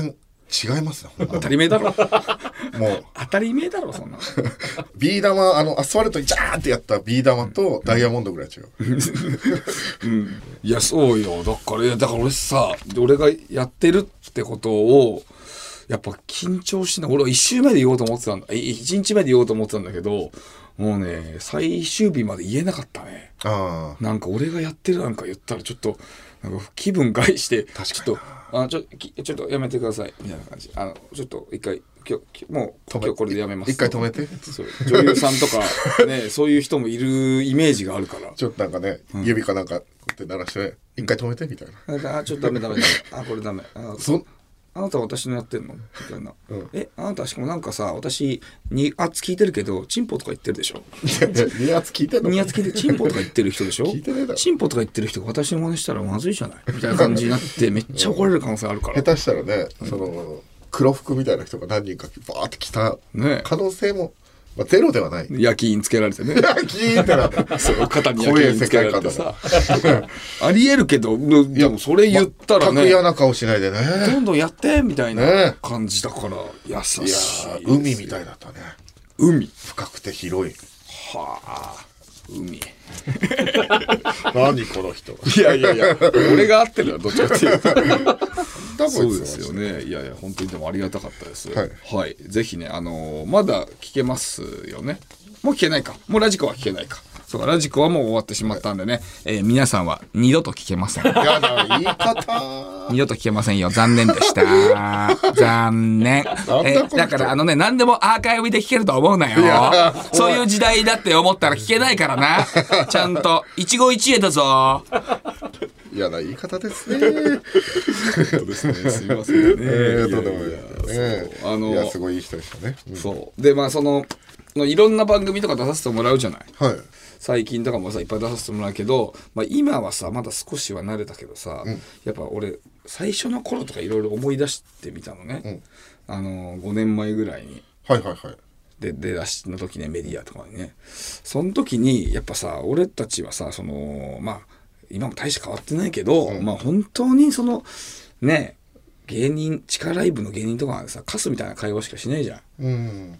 違いますね。 当たり前だろもう当たり前だろそんなビー玉、あのアスファルトにジャーンってやったビー玉とダイヤモンドぐらい違う、 うん、いやそうよ。だからいやだから俺さ俺がやってるってことをやっぱ緊張しない。俺はいち週目で言おうと思ってたんだいちにちめで言おうと思ってたんだけど、もうね最終日まで言えなかったね。 あなんか俺がやってるなんか言ったらちょっとなんか気分害してちょっとあちょちょっとやめてくださいみたいな感じ。あのちょっと一回今日もう今日これでやめます。 一回止めて。 そう女優さんとかねそういう人もいるイメージがあるから。 ちょっとなんかね、うん、指かなんかこうやって鳴らして一回止めてみたいな。あちょっとダメダメダメ。あこれダメ。あそあなた私のやってんのみたいな、うん、えあなたしかもなんかさ私に圧聞いてるけどチンポとか言ってるでしょ。 に圧聞いてんの。 に圧聞いてチンポとか言ってる人でしょ。 聞いてねえだろ。 チンポとか言ってる人が私の真似したらまずいじゃないみたいな感じになってめっちゃ怒られる可能性あるから。 下手したらね、その黒服みたいな人が何人かバーって来た可能性も、まあ、ゼロではない。 夜勤つけられてね。 夜勤ってなってそう肩に夜勤つけられてさありえるけどでもそれ言ったらね、 全く嫌な顔しないでねどんどんやってみたいな感じだから優しい。いや海みたいだったね。 海深くて広い。 はあ海何この人。 いやいやいや俺が合ってるよどっちかっていうとそうですよね。いやいや本当にでもありがたかったです。 はい、 はい、ぜひねあのー、まだ聞けますよね。もう聞けないか。もうラジコは聞けないか。そうかラジコはもう終わってしまったんでね、えー、皆さんは二度と聞けません。 やだ言い方。 二度と聞けませんよ。残念でした残念。えー、だからあのね何でもアーカイブで聞けると思うなよ。そういう時代だって思ったら聞けないからな。ちゃんと一期一会だぞ。 嫌な言い方ですね。 そうですね。すみませんね。 えー、どうでもいいね。あのいやすごいいい人でしたね。 うん、そうでまあそのいろんな番組とか出させてもらうじゃない。 はい。 最近とかもさいっぱい出させてもらうけど、まあ、今はさまだ少しは慣れたけどさ、うん、やっぱ俺最初の頃とかいろいろ思い出してみたのね。うん、あのごねんまえぐらいに。 はいはいはい。 で出だしの時ねメディアとかにねその時にやっぱさ俺たちはさそのまあ今も大して変わってないけど、うん、まあ本当にそのね芸人地下ライブの芸人とかはさカスみたいな会話しかしないじゃん、うん、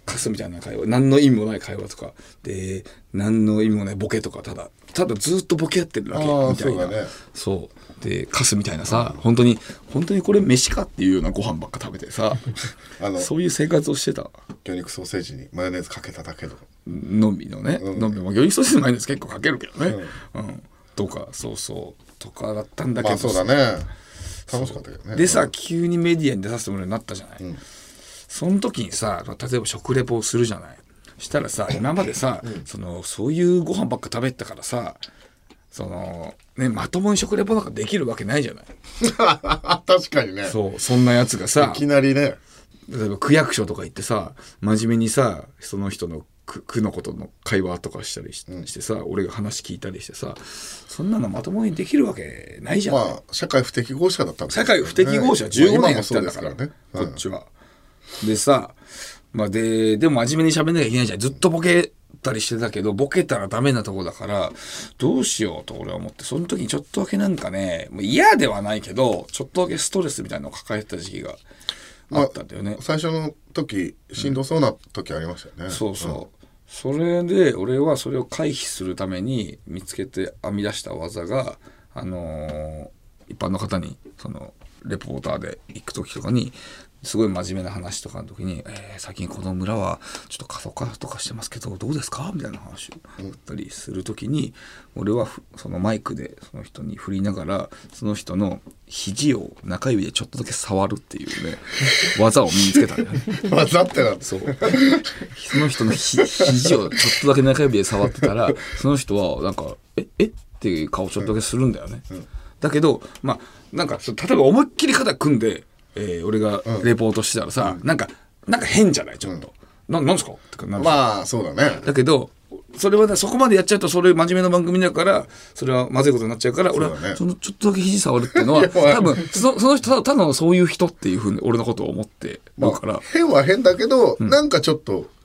カスみたいな会話何の意味もない会話とかで何の意味もないボケとかただただずっとボケやってるだけみたいな。そうだね。そうでカスみたいなさ、うん、本当に本当にこれ飯かっていうようなご飯ばっか食べてさあのそういう生活をしてた。 魚肉ソーセージにマヨネーズかけただけののみのね、うん、のみも魚肉ソーセージにマヨネーズ結構かけるけどね、うんうん、とかそうそうとかだったんだけど、 まあそうだね楽しかったけどね。 でさ急にメディアに出させてもらうようになったじゃない、うん、その時にさ例えば食レポをするじゃない。したらさ今までさ、うん、そのそういうご飯ばっか食べてたからさその、ね、まともに食レポなんかできるわけないじゃない確かにね。 そうそんなやつがさいきなりね例えば区役所とか行ってさ真面目にさその人の区、区のことの会話とかしたり し,、うん、してさ俺が話聞いたりしてさそんなのまともにできるわけないじゃん。まあ社会不適合者だったんですよね。社会不適合者じゅうごねんやってたんだから、ねうん、こっちは。でさまあででも真面目に喋んなきゃいけないじゃん。ずっとボケたりしてたけどボケたらダメなとこだからどうしようと俺は思ってその時にちょっとだけなんかねもう嫌ではないけどちょっとだけストレスみたいなのを抱えてた時期があったんだよね、まあ、 最初の時しんどそうな時ありましたよね、 うん、そうそう、うん、それで俺はそれを回避するために見つけて編み出した技があのー、一般の方にそのレポーターで行く時とかにすごい真面目な話とかの時に、えー、最近この村はちょっと過疎化とかしてますけどどうですかみたいな話を振ったりする時に、うん、俺はそのマイクでその人に振りながらその人の肘を中指でちょっとだけ触るっていうね技を身につけたんだよね技ってなんそうその人のひ肘をちょっとだけ中指で触ってたらその人はなんかええっていう顔ちょっとだけするんだよね、うんうん、だけどまあなんか例えば思いっきり肩組んでえー、俺がレポートしてたらさ、うん、なんかなんか変じゃないちょっと、うん、な, なんですかってかなんまあそうだね。 だけどそれは、ね、そこまでやっちゃうとそれ真面目な番組だからそれはまずいことになっちゃうから俺はそのちょっとだけ肘触るっていうのは多分 そ, その人ただのそういう人っていうふうに俺のことを思ってるから、まあ、 変は変だけど、うん、なんかちょっと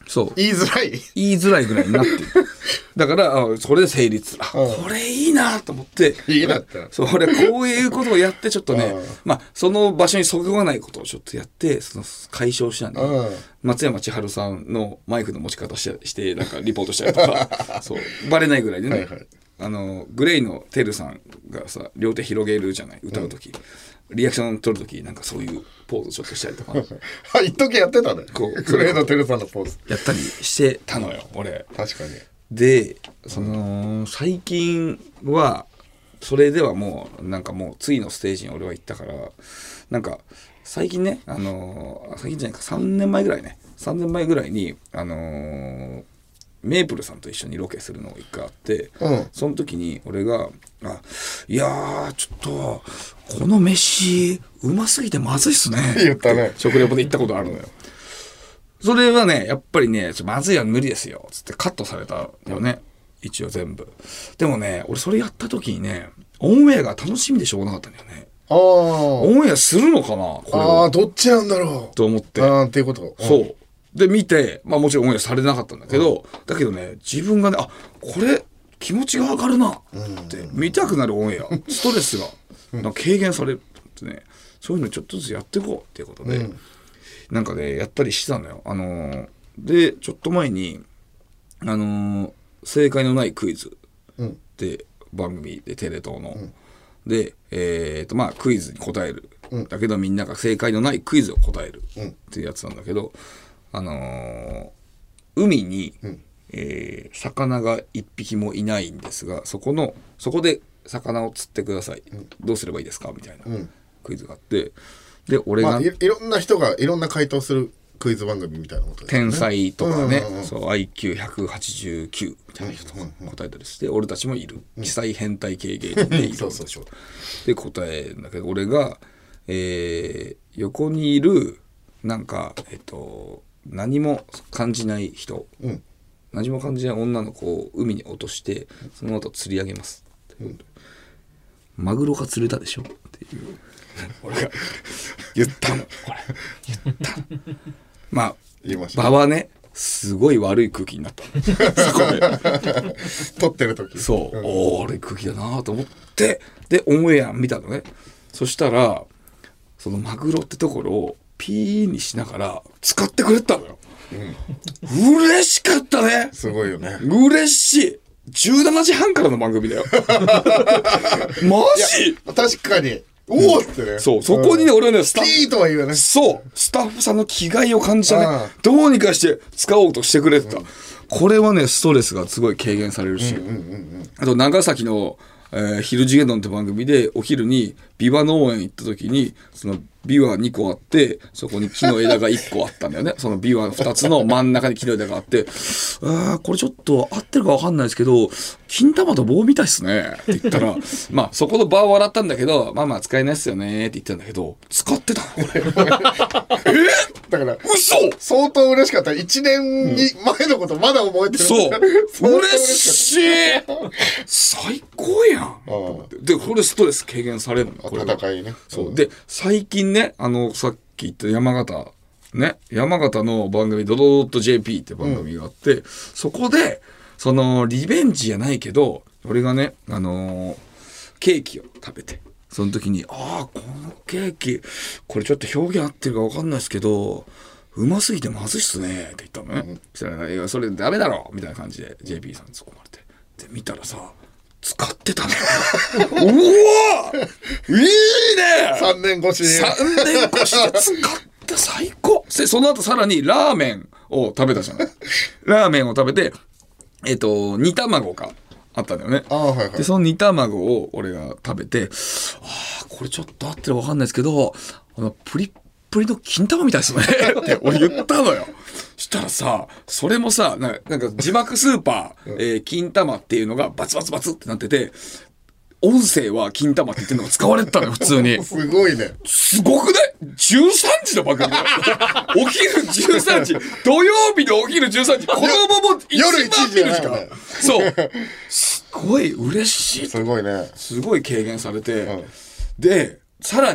そう言いづらい言いづらいぐらいになってるだからあそれで成立、あ、 うんこれいいなと思っていいなってそう俺こういうことをやってちょっとね、 うんまあその場所にそぐわないことをちょっとやってその解消したんで、 うん松山千春さんのマイクの持ち方してしてなんかリポートしたりとかそうバレないぐらいでね、 はいはい、 あのグレイのテルさんがさ両手広げるじゃない歌う時、うん、リアクション取る時なんかそういうポーズちょっとしたりとかあ一時やってたねこうグレーのテルさんのポーズやったりしてたのよ俺。 確かに。 でその最近はそれではもうなんかもう次のステージに俺は行ったからなんか最近ねあのー、最近じゃないかさんねんまえぐらいねさんねんまえぐらいにあのー、メープルさんと一緒にロケするのが一回あって、 うん、 その時に俺があいやーちょっとこの飯うますぎてまずいっすね言ったね食レポで言ったことあるのよ。それはねやっぱりねまずいは無理ですよつってカットされたよね、うん、一応全部。でもね俺それやった時にねオンエアが楽しみでしょうがなかったんだよね。 あオンエアするのかなこれああどっちなんだろうと思ってあっていうこと、 うん、そうで見てまあもちろんオンエアされなかったんだけど、うん、だけどね自分がねあこれ気持ちが上がるなって見たくなるオンエアストレスがなんか軽減されるってねそういうのちょっとずつやっていこうっていうことで、うん、なんかねやったりしてたのよ。あのー、でちょっと前にあのー、正解のないクイズって番組でテレ東の、うん、でえーとまあクイズに答える、うん、だけどみんなが正解のないクイズを答えるっていうやつなんだけど、あのー、海に、うんえー、魚が一匹もいないんですがそこのそこで魚を釣ってください、うん、どうすればいいですかみたいなクイズがあってで俺が、 まあ、い, いろんな人がいろんな回答するクイズ番組みたいなことですね。 天才とかね、うんうんうん、そう アイキューひゃくはちじゅうきゅう みたいな人が答えたりして、うんうんうん、俺たちもいる奇才変態系芸人でいるそうそうそうで答えるんだけど俺が、えー、横にいるなんかえっと何も感じない人、うん、何も感じない女の子を海に落としてその後釣り上げます、うん、マグロが釣れたでしょっていう俺が言ったのこれ言ったのまあ言いました場はねすごい悪い空気になったそこで撮ってる時そう、うん、お悪い空気だなと思ってでオンエア見たのね。そしたらそのマグロってところをピーにしながら使ってくれたのよ、うん、嬉しかったね。 すごいよね。 嬉しい。じゅうしちじはんからの番組だよマジ確かにおおってね、 うん、そうそこにね、うん、俺はねスタッフピーとは言うねそうスタッフさんの気概を感じたね。どうにかして使おうとしてくれてた、うん、これはねストレスがすごい軽減されるし、うんうんうんうん、あと長崎の、えー、昼次元丼って番組でお昼にビワ農園行った時にそのビワにこあってそこに木の枝がいっこあったんだよねそのビワふたつの真ん中に木の枝があってあこれちょっと合ってるか分かんないですけど金玉と棒みたいっすねって言ったらまあそこの場を笑ったんだけどまあまあ使えないっすよねって言ったんだけど使ってたのこれえだから嘘相当嬉しかった。いちねんまえのことまだ覚えてる、 うん、そう嬉しい最高やんでこれストレス軽減されるのこれ戦いね。 そうで最近ねあのさっき言った山形ね山形の番組ドドドット ジェーピー って番組があって、うん、そこでそのリベンジじゃないけど俺がねあのー、ケーキを食べてその時にああこのケーキこれちょっと表現合ってるか分かんないですけどうますぎてまずいっすねって言ったのね、うん、そしたらいやそれダメだろみたいな感じで ジェーピー さんに突っ込まれてで見たらさ使ってたのうわいいねさんねん越しにさんねん越しで使って最高でその後さらにラーメンを食べたじゃないラーメンを食べてえっと煮卵かあったんだよね。 あ、はいはい、 でその煮卵を俺が食べてあこれちょっと合ってるか分かんないですけどあのプリップリの金玉みたいですねって俺言ったのよしたらさそれもさなんか、なんか字幕スーパー、えー、金玉っていうのがバツバツバツってなってて音声は金玉って言ってるのが使われてたのよ普通にすごいねすごくないじゅうさんじの番組だよお昼じゅうさんじ土曜日のお昼じゅうさんじ子供も一番見る時間そうすごい嬉しいすごいねすごい軽減されて、うん、でさらに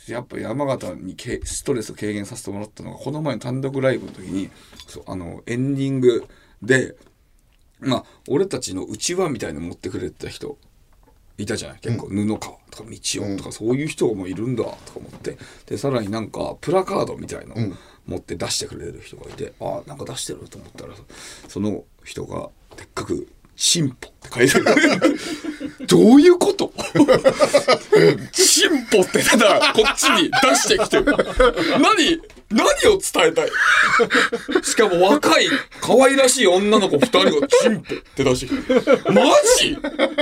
やっぱ山形にけストレスを軽減させてもらったのがこの前の単独ライブの時にそうあのエンディングでまあ俺たちのうちわみたいなの持ってくれてた人いたじゃない結構、うん、布川とか道夫とかそういう人もいるんだとか思ってでさらになんかプラカードみたいなのを持って出してくれる人がいて、うん、あなんか出してると思ったらその人がでっかく進歩って書いてあるどういうこと進歩ってただこっちに出してきてる何何を伝えたいしかも若い可愛らしい女の子ふたりが進歩って出してきてマジ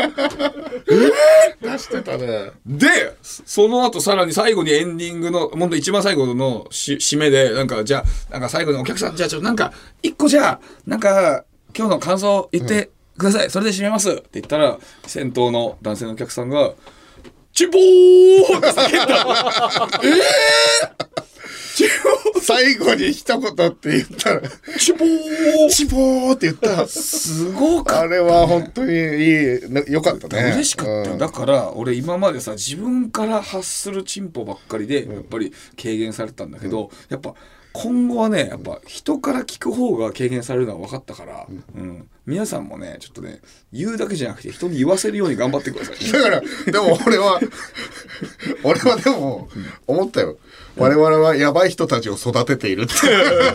出してたね。 でその後さらに最後にエンディングのほんと一番最後のし締めでなんかじゃあなんか最後にお客さんじゃあちょっとなんか一個じゃあなんか今日の感想言って、うんくださいそれで締めますって言ったら先頭の男性のお客さんがチボーって叫んだえー、 最後に一言って言ったらチボーチボーって言ったすごかったあれは本当にいいよかったね嬉しかった、うん、だから俺今までさ自分から発するチンポばっかりでやっぱり軽減されてたんだけど、うん、やっぱ今後はねやっぱ人から聞く方が軽減されるのは分かったから、うんうん、皆さんもねちょっとね言うだけじゃなくて人に言わせるように頑張ってくださいだからでも俺は俺はでも思ったよ我々はやばい人たちを育てているって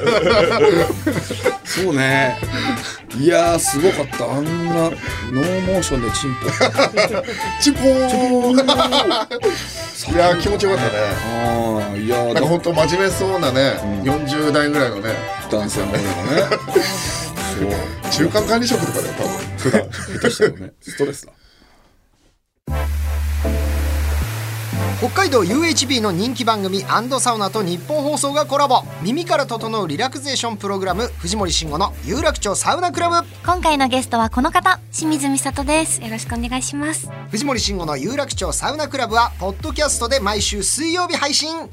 そうねいやーすごかったあんなノーモーションでチンポチンポーいやー気持ちよかったねあーいやーなんか本当真面目そうなね、うん、よんじゅう代ぐらいのね男性の方がねそう中間管理職とかだよ多分普段下手したよねストレスだ北海道 ユーエイチビー の人気番組&サウナと日本放送がコラボ耳から整うリラクゼーションプログラム藤森慎吾の有楽町サウナクラブ今回のゲストはこの方清水美里ですよろしくお願いします藤森慎吾の有楽町サウナクラブはポッドキャストで毎週水曜日配信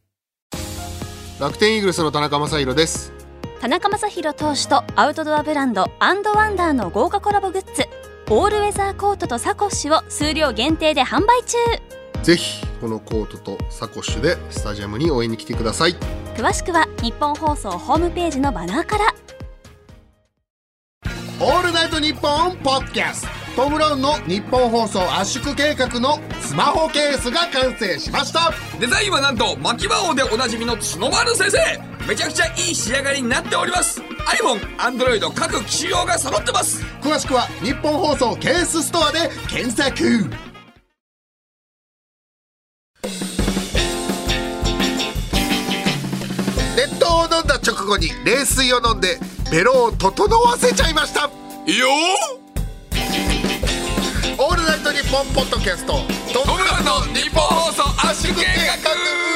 楽天イーグルスの田中将大です田中将大投手とアウトドアブランド&ワンダーの豪華コラボグッズオールウェザーコートとサコッシュを数量限定で販売中ぜひこのコートとサコッシュでスタジアムに応援に来てください詳しくは日本放送ホームページのバナーからオールナイトニッポンポッドキャストトム・ブラウンの日本放送圧縮計画のスマホケースが完成しましたデザインはなんと牧場王でおなじみの角丸先生めちゃくちゃいい仕上がりになっております iPhone、Android 各機種用が揃ってます詳しくは日本放送ケースストアで検索熱湯を飲んだ直後に冷水を飲んでベロを整わせちゃいましたいいよオールナイトニッポンポッドキャストトム・ブラウンの日本放送圧縮計画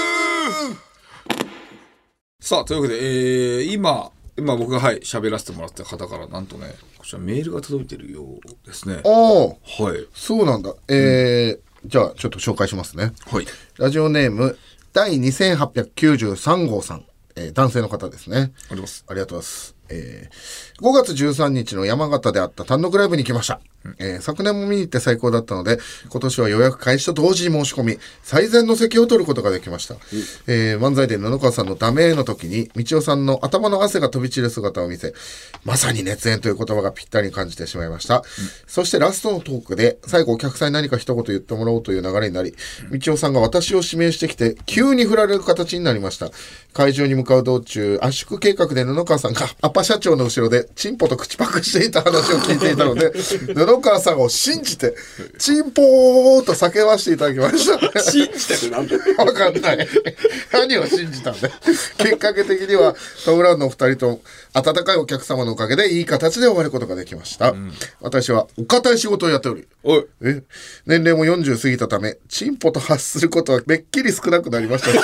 さあというわけで、えー、今今僕がはい喋らせてもらった方からなんとねこちらメールが届いてるようですねああはいそうなんだえー、うん、じゃあちょっと紹介しますねはいラジオネーム第にせんはっぴゃくきゅうじゅうさん号さん、えー、男性の方ですねありがとうございますありがとうございますえー、ごがつじゅうさんにちの山形であった単独ライブに来ました、うんえー、昨年も見に行って最高だったので今年は予約開始と同時に申し込み最善の席を取ることができました、うんえー、漫才で布川さんのダメの時に道夫さんの頭の汗が飛び散る姿を見せまさに熱演という言葉がぴったりに感じてしまいました、うん、そしてラストのトークで最後お客さんに何か一言言ってもらおうという流れになり、うん、道夫さんが私を指名してきて急に振られる形になりました。会場に向かう道中圧縮計画で布川さんがアパ社長の後ろでチンポと口パクしていた話を聞いていたので布川さんを信じてチンポーと叫ばせていただきました信じてってなんでわかんない何を信じたんで結果的にはトム・ブラウンのお二人と温かいお客様のおかげでいい形で終わることができました、うん、私はお堅い仕事をやっておりおいえ年齢もよんじゅう過ぎたためチンポと発することはめっきり少なくなりました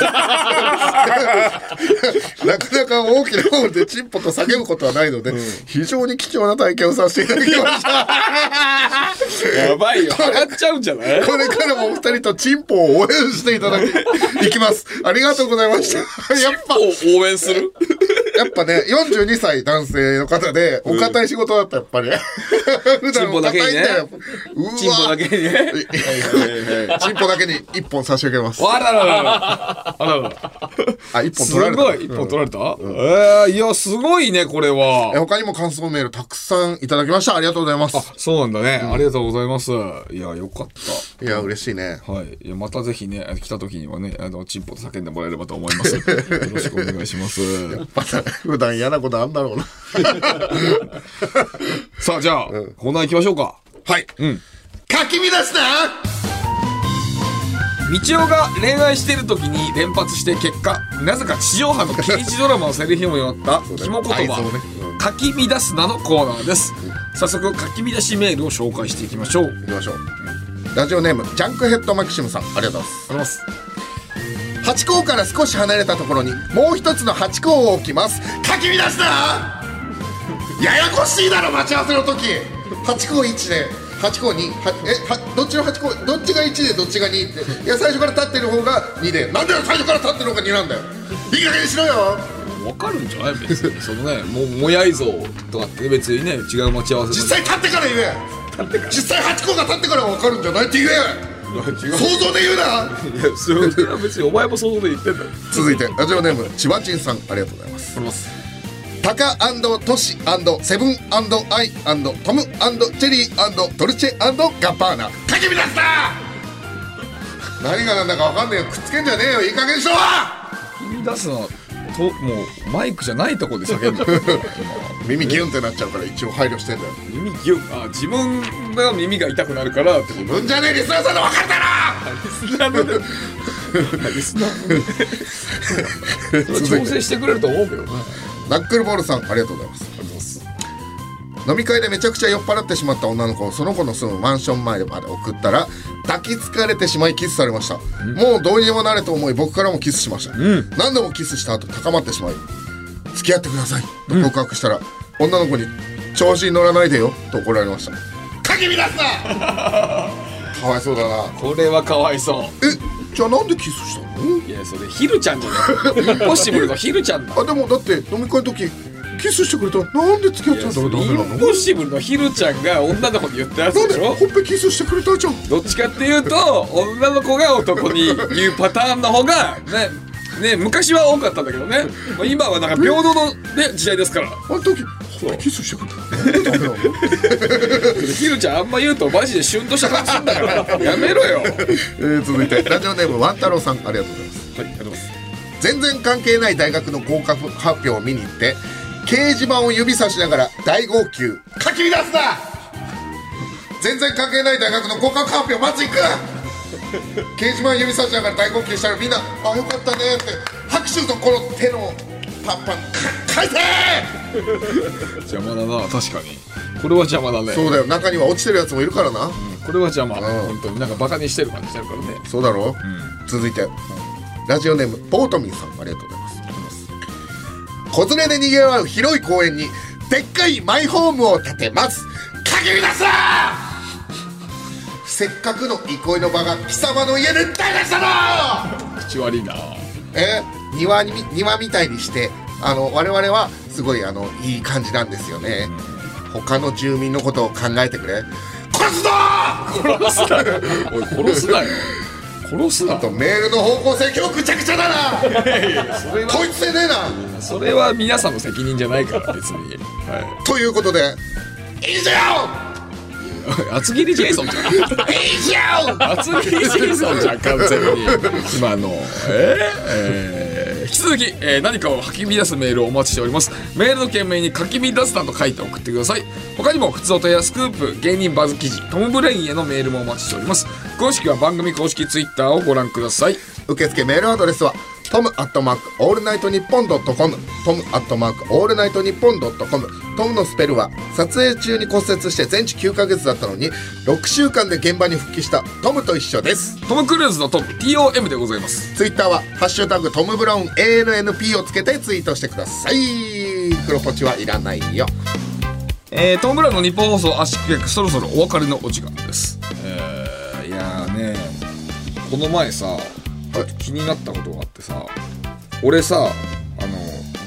なかなか大きなホールでチンポと叫ぶことはないので、うん、非常に貴重な体験をさせていただきましたやばいよ払っちゃうんじゃないこれからもお二人とチンポを応援していただきいきますありがとうございましたやっぱチンポを応援するやっぱねよんじゅうにさい男性の方でお堅い仕事だったやっぱり普段お堅いんだよ。 チンポだけにねチンポだけにいっぽん差し上げます。 あららららあららあいっぽん取られた。 すごいいっぽん取られた、うん、えー、いやすごいねこれは。 え他にも感想メールたくさんいただきました。ありがとうございます。 あそうなんだね、うん、ありがとうございます。いやよかった。 いや嬉しいね。 はい。いやまたぜひね来た時にはねあのチンポと叫んでもらえればと思います。よろしくお願いします。 やっぱ普段嫌なことあんだろうな。 さあじゃあ、うん、コーナー行きましょうか。 はい。うん。かき乱すな。 みちおが恋愛してる時に連発して結果なぜか地上波の刑事ドラマのセリフにもよった肝言葉、ねうん、かき乱すなのコーナーです、うん、早速かき乱しメールを紹介していきましょう。 いきましょう、うん、ラジオネームジャンクヘッドマキシムさんありがとうございます。ハチ公から少し離れたところにもう一つのハチ公を置きます。かき乱すな。ややこしいだろ待ち合わせの時。ハチ公いちでハチ公にはえはどっちのハチ公どっちがいちでどっちがにっていや最初から立ってる方がにでなんだよ最初から立ってる方がになんだよ。いい加減にしろよ。 分かるんじゃない別にそのねももやい像とかって別にね違う待ち合わせ実際立ってから言え。実際ハチ公が立ってから分かるんじゃないって言え。想像で言うな。 いやそれは別にお前も想像で言ってんだよ。 続いてラジオネーム千葉ちんさんありがとうございます。タカ&トシ&セブン&アイ&トム&チェリー&ドルチェ&ガッバーナ。かき乱すな。何がなんだか分かんねえよ。くっつけんじゃねえよ。いい加減にしろ。 かき乱すのともうマイクじゃないところで叫んだ耳ギュンってなっちゃうから一応配慮してんだよ。 耳ギュンあ自分が耳が痛くなるからってこと。 自分じゃねえリスナーさんの分かるだろ。 リスナーのリスナーの調整してくれると思うけどな。 ナックルボールさんありがとうございます。飲み会でめちゃくちゃ酔っ払ってしまった女の子をその子の住むマンション前まで送ったら抱きつかれてしまいキスされました、うん、もうどうにでもなれと思い僕からもキスしました、うん、何度もキスした後高まってしまい付き合ってくださいと告白したら、うん、女の子に調子に乗らないでよと怒られました。かき乱すな。かわいそうだな。 これはかわいそう。 えじゃあなんでキスしたの。 いやそれヒルちゃんじゃないインポッシブルのヒルちゃんだ。 あでもだって飲み会の時キスしてくれたらなんで付き合っちゃうんだろう。 インポッシブルのヒルちゃんが女の子に言ったやつでしょ。 ほっぺキスしてくれたじゃん。 どっちかっていうと女の子が男に言うパターンの方がねね昔は多かったんだけどね今はなんか平等の、ね、時代ですから。 あの時ほっぺキスしてくれたらヒルちゃんあんま言うとマジでシュンとした感じするんだからやめろよ。 えー、続いてラジオネームワン太郎さんありがとうございます。 はいありがとうございます。 全然関係ない大学の合格発表を見に行って掲示板を指さしながら大号泣。かき乱すな。全然関係ない大学の合格発表まず行く。掲示板指さしながら大号泣したらみんなあよかったねって拍手とこの手のパンパン返せ。 邪魔だな確かに。これは邪魔だね。 そうだよ中には落ちてるやつもいるからな、うん、 これは邪魔、うん、本当になんかバカにしてる感じしてるからね。 そうだろう、うん、続いて、うん、ラジオネームポートミンさんありがとうございます。子連れで賑わう広い公園にでっかいマイホームを建てます。かき乱すな。せっかくの憩いの場が貴様の家で台無しだろ。 口悪いな。 え庭に庭みたいにしてあの我々はすごいあのいい感じなんですよね、うん、他の住民のことを考えてくれ。殺すぞ。 殺すなよおい殺すなよ殺すな。 あとメールの方向性今日ぐちゃぐちゃだな。いやいやそれはこいつでねえな。それは皆さんの責任じゃないから別に、 はい、ということで以上厚切りジェイソンじゃん。 以上厚切りジェイソンじゃん完全に今のえー、えー、引き続き、えー、何かを吐き乱すメールをお待ちしております。メールの件名に書き乱すなと書いて送ってください。他にもふつおたやスクープ芸人バズ記事トムブレインへのメールもお待ちしております。詳しくは番組公式ツイッターをご覧ください。 受付メールアドレスはトムアットマークオールナイトニッポンドットコムトムアットマークオールナイトニッポンドットコム。トムのスペルは撮影中に骨折して全治きゅうかげつだったのにろくしゅうかんで現場に復帰したトムと一緒です。 トムクルーズのトム ティーオーエム でございます。 ツイッターはハッシュタグトムブラウン エーエヌエヌピー をつけてツイートしてください。黒ポチはいらないよ。 えー、トムブラウンの日本放送圧縮計画そろそろお別れのお時間です。えー、いやーねこの前さ気になったことがあってさ俺さあの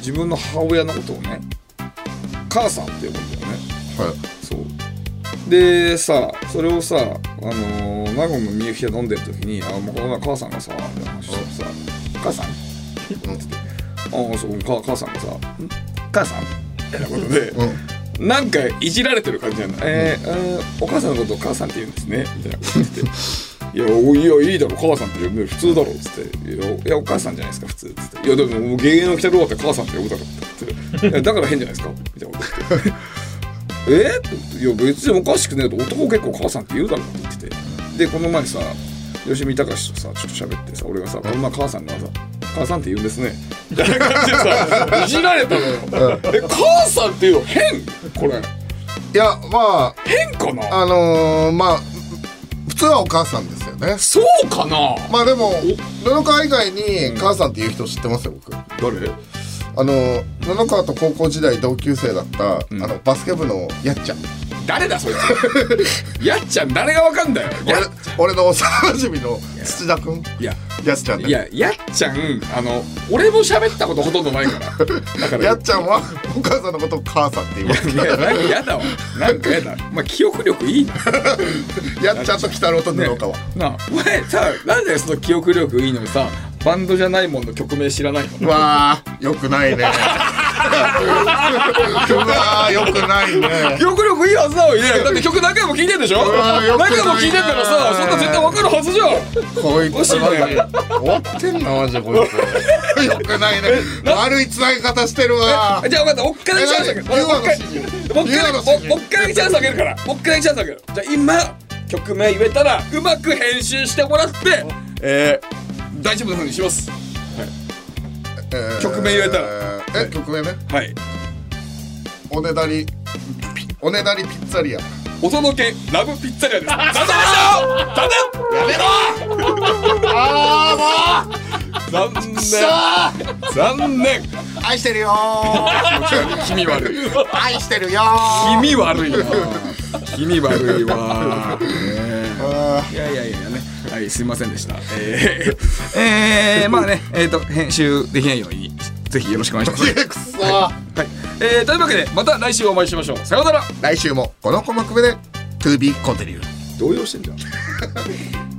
自分の母親のことをね母さんって呼ぶんだよね。 はい。 そうでさ、それをさ、あのー、ナゴンのみゆきが飲んでる時に、あ、もうこの前母さんがさ、みたいな話してさ、母さんうんつって、ああ、そう、母母さんがさ、ん母さんみたいなことで、 うん、 なんかいじられてる感じなんだ。えー、えー、お母さんのことを母さんって言うんですね、みたいなこと言ってて、いや、おいや、いいだろ、母さんって呼ぶ普通だろ、つって、いや、いやお母さんじゃないですか、普通、つって、いや、でも、芸能来てるわって母さんって呼ぶだろ、って、いや、だから変じゃないですか、みたいなこと言って。えー、いや別におかしくねえと男結構母さんって言うだろって言ってて、でこの前さ吉見隆とさちょっと喋ってさ、俺がさこの前母さんがさ母さんって言うんですねみたいな感じでさいじられたのよ。え母さんっていうの変これ。 いやまあ変かな。 あのー、まあ普通はお母さんですよね。 そうかな。 まあでも布川以外に母さんっていう人知ってますよ僕。 誰？ あの布川と高校時代同級生だった、うん、あのバスケ部のやっちゃん。 誰だそいつやっちゃん誰がわかんだよ。 俺, 俺の幼馴染の土田くん。いややっちゃん、ね、 いややっちゃんあの俺も喋ったことほとんどないからだからやっちゃんはお母さんのことを母さんって言いますから。 いやなんかやだわなんかやだ。まあ記憶力いいなやっちゃんと鬼太郎と布川、ね、なあお前さなんでその記憶力いいのにさバンドじゃないもんの曲名知らないの。 うわーよくないねうわーよくないね。 記憶力いいはずだよね。だって曲何回も聴いてんでしょ。何回も聴いてんからさそんな絶対わかるはずじゃん。 こいつ終わってんなマジでこいつよくないね。悪い繋ぎ方してるわ。 じゃあ分かったおっかなきチャンスあげる。おっかなきチャンスあげるからおっかなきチャンスあげる。じゃあ今曲名言えたらうまく編集してもらってえー大丈夫な風にします、はいえー、 曲名言えたら、 えー、曲名ねはいおねだりおねだりピッツァリアお届けラブピッツァリアです。残念でしたやめろあーもう残念残念愛してるよ気味悪い愛してるよ気味悪いわ気味悪いわ、えー、いやいやいやねはいすいませんでした。えー、えー、まあねえっ、ー、と編集できないようにぜひよろしくお願いします。 くそはい、 えー、というわけでまた来週お会いしましょう。さようなら。 来週もこの鼓膜で To be continued 動揺してんじゃん